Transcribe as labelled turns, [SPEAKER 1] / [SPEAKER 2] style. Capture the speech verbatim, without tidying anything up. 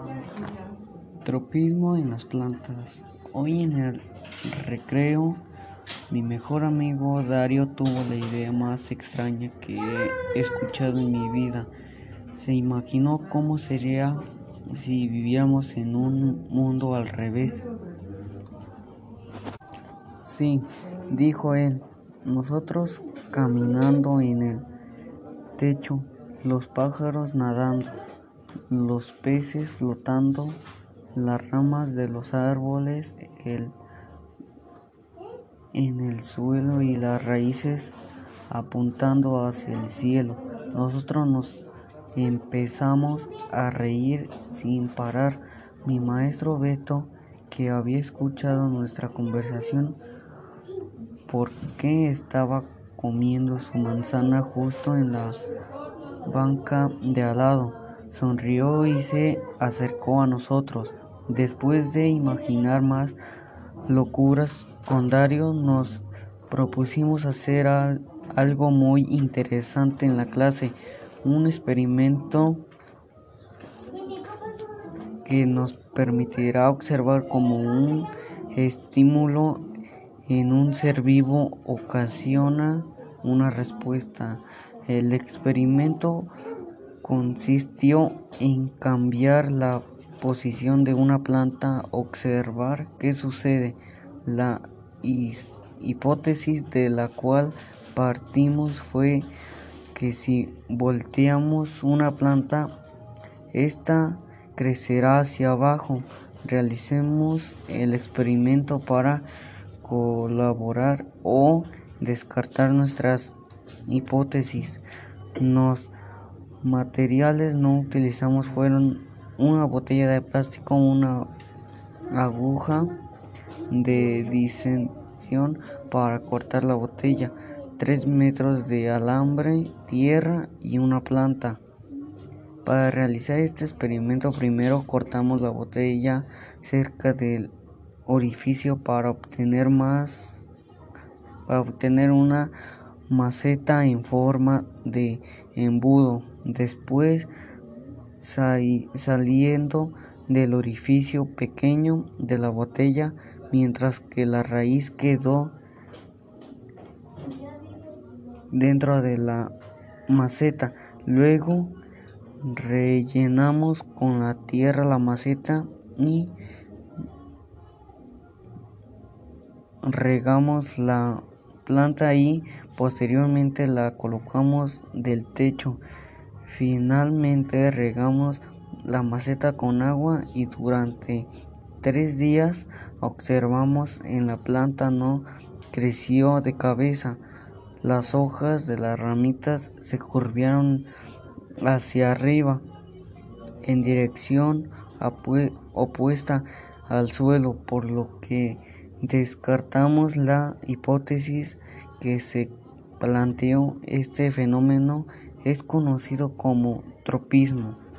[SPEAKER 1] Tropismo en las plantas. Hoy en el recreo, mi mejor amigo Dario tuvo la idea más extraña que he escuchado en mi vida. Se imaginó cómo sería si viviéramos en un mundo al revés. Sí, dijo él, nosotros caminando en el techo, los pájaros nadando, los peces flotando, las ramas de los árboles el, en el suelo y las raíces apuntando hacia el cielo. Nosotros nos empezamos a reír sin parar. Mi maestro Beto, que había escuchado nuestra conversación porque estaba comiendo su manzana justo en la banca de al lado, sonrió y se acercó a nosotros. Después de imaginar más locuras con Dario, nos propusimos hacer al, algo muy interesante en la clase, un experimento que nos permitirá observar cómo un estímulo en un ser vivo ocasiona una respuesta. El experimento consistió en cambiar la posición de una planta, observar qué sucede. La hipótesis de la cual partimos fue que si volteamos una planta, esta crecerá hacia abajo. Realicemos el experimento para colaborar o descartar nuestras hipótesis. Los materiales no utilizamos fueron una botella de plástico, una aguja de disensión para cortar la botella, tres metros de alambre, tierra y una planta. Para realizar este experimento, primero cortamos la botella cerca del orificio para obtener más, para obtener una maceta en forma de embudo. Después, sal, saliendo del orificio pequeño de la botella, mientras que la raíz quedó dentro de la maceta. Luego rellenamos con la tierra la maceta y regamos la planta y posteriormente la colocamos del techo. Finalmente regamos la maceta con agua y durante tres días observamos en la planta no creció de cabeza. Las hojas de las ramitas se curvaron hacia arriba en dirección opuesta al suelo, por lo que descartamos la hipótesis que se planteó. Este fenómeno es conocido como tropismo.